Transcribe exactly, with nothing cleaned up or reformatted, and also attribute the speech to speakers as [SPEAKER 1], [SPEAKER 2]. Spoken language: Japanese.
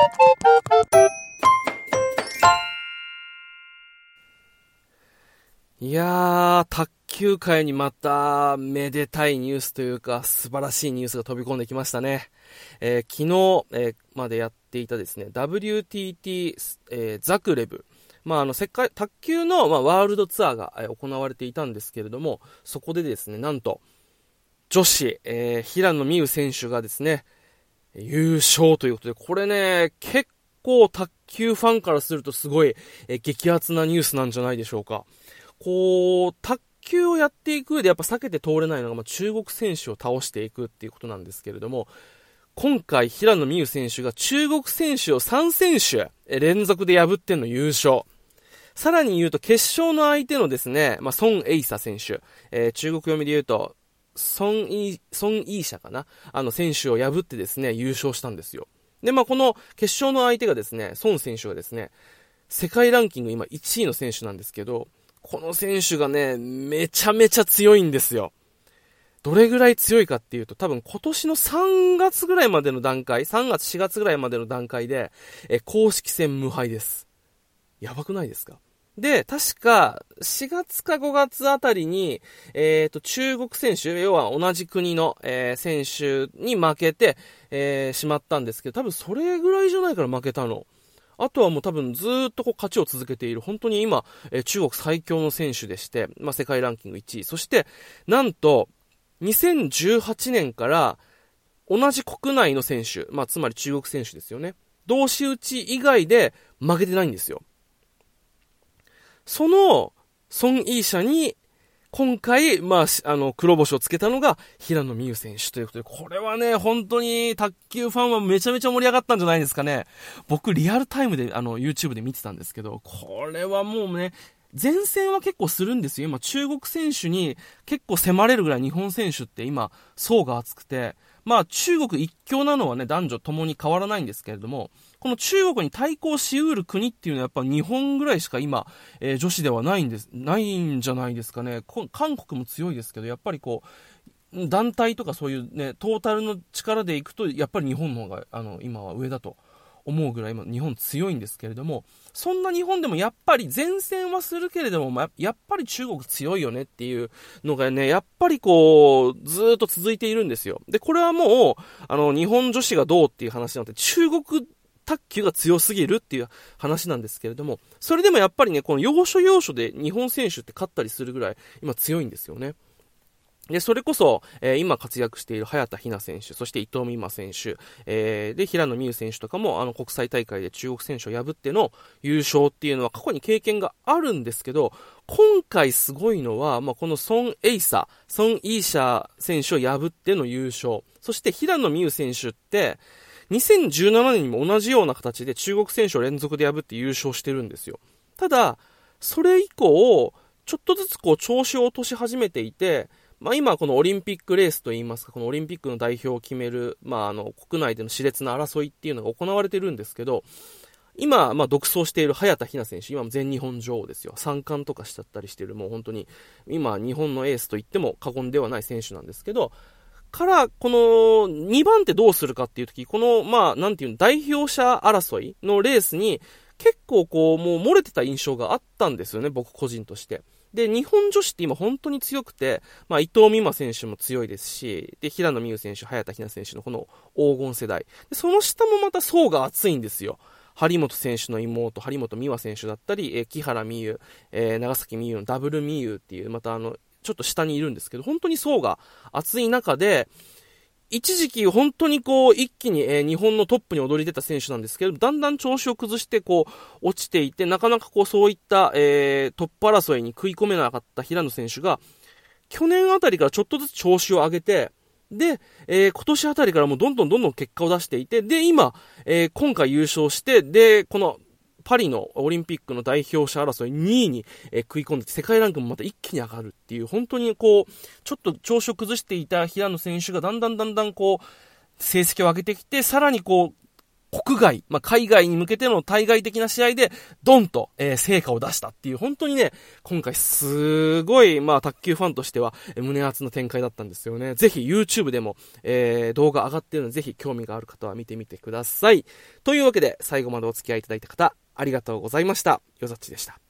[SPEAKER 1] いやー、卓球界にまためでたいニュースというか素晴らしいニュースが飛び込んできましたね。えー、昨日、えー、までやっていたですね ダブリューティーティー、えー、ザグレブ、まあ、あの世界卓球の、まあ、ワールドツアーが、えー、行われていたんですけれども、そこでですね、なんと女子、えー、平野美宇選手がですね優勝ということで、これね結構卓球ファンからするとすごい、えー、激アツなニュースなんじゃないでしょうか。こう卓球をやっていく上でやっぱ避けて通れないのが、まあ、中国選手を倒していくっていうことなんですけれども、今回平野美宇選手が中国選手をさん選手連続で破っての優勝。さらに言うと決勝の相手のですね、まあ、孫エイサ選手、えー、中国読みで言うと孫イ孫イーシャかな、あの選手を破ってですね優勝したんですよ。で、まあ、この決勝の相手がですね、孫選手がですね世界ランキング今いちいの選手なんですけど、この選手がねめちゃめちゃ強いんですよ。どれぐらい強いかっていうと、多分今年のさんがつぐらいまでの段階、さんがつしがつぐらいまでの段階でえ公式戦無敗です。やばくないですか？で、確かしがつかごがつあたりに、えっと中国選手、要は同じ国の、えー、選手に負けて、えー、しまったんですけど、多分それぐらいじゃないから負けたの。あとはもう多分ずーっとこう勝ちを続けている、本当に今、えー、中国最強の選手でして、まあ、世界ランキングいちい。そして、なんと、にせんじゅうはちねんから同じ国内の選手、まあ、つまり中国選手ですよね。同士討ち以外で負けてないんですよ。その、孫イーシャに、今回、まあ、あの、黒星をつけたのが、平野美宇選手ということで、これはね、本当に、卓球ファンはめちゃめちゃ盛り上がったんじゃないですかね。僕、リアルタイムで、あの、YouTube で見てたんですけど、これはもうね、前線は結構するんですよ。今、中国選手に結構迫れるぐらい日本選手って今、層が厚くて、まあ、中国一強なのはね、男女ともに変わらないんですけれども、この中国に対抗しうる国っていうのはやっぱ日本ぐらいしか今、えー、女子ではないんです、ないんじゃないですかね。韓国も強いですけど、やっぱりこう、団体とかそういうね、トータルの力でいくと、やっぱり日本の方が、あの、今は上だと思うぐらい今日本強いんですけれども、そんな日本でもやっぱり前線はするけれども、まあ、やっぱり中国強いよねっていうのがね、やっぱりこうずーっと続いているんですよ。で、これはもうあの日本女子がどうっていう話なので、中国卓球が強すぎるっていう話なんですけれども、それでもやっぱりね、この要所要所で日本選手って勝ったりするぐらい今強いんですよね。で、それこそ、えー、今活躍している早田ひな選手、そして伊藤美誠選手、えー、で、平野美宇選手とかも、あの、国際大会で中国選手を破っての優勝っていうのは過去に経験があるんですけど、今回すごいのは、まあ、この孫エイサ、孫イーシャ選手を破っての優勝。そして平野美宇選手って、にせんじゅうななねんにも同じような形で中国選手を連続で破って優勝してるんですよ。ただ、それ以降、ちょっとずつこう調子を落とし始めていて、まあ、今このオリンピックレースといいますか、このオリンピックの代表を決める、まあ、あの国内での熾烈な争いっていうのが行われてるんですけど、今、まあ、独走している早田ひな選手、今も全日本女王ですよ。三冠とかしちゃったりしてる、もう本当に今日本のエースと言っても過言ではない選手なんですけど、からこのにばん手どうするかっていう時、このまあなんていうの、代表者争いのレースに結構こうもう漏れてた印象があったんですよね、僕個人として。で、日本女子って今本当に強くて、まあ伊藤美誠選手も強いですし、で、平野美宇選手、早田ひな選手のこの黄金世代。で、その下もまた層が厚いんですよ。張本選手の妹、張本美和選手だったり、えー、木原美優、えー、長崎美優のダブル美優っていう、またあの、ちょっと下にいるんですけど、本当に層が厚い中で、一時期本当にこう一気に、えー、日本のトップに躍り出た選手なんですけど、だんだん調子を崩してこう落ちていて、なかなかこうそういった、えー、トップ争いに食い込めなかった平野選手が、去年あたりからちょっとずつ調子を上げて、で、えー、今年あたりからもうどんどんどんどん結果を出していて、で、今、えー、今回優勝して、で、この、パリのオリンピックの代表者争いにいに、えー、食い込んで世界ランクもまた一気に上がるっていう、本当にこうちょっと調子を崩していた平野選手がだんだんだんだんこう成績を上げてきて、さらにこう国外、まあ、海外に向けての対外的な試合で、ドンと、えー、成果を出したっていう、本当にね、今回すごい、まあ、卓球ファンとしては、えー、胸熱な展開だったんですよね。ぜひ YouTube でも、えー、動画上がってるので、ぜひ興味がある方は見てみてください。というわけで、最後までお付き合いいただいた方、ありがとうございました。よざっちでした。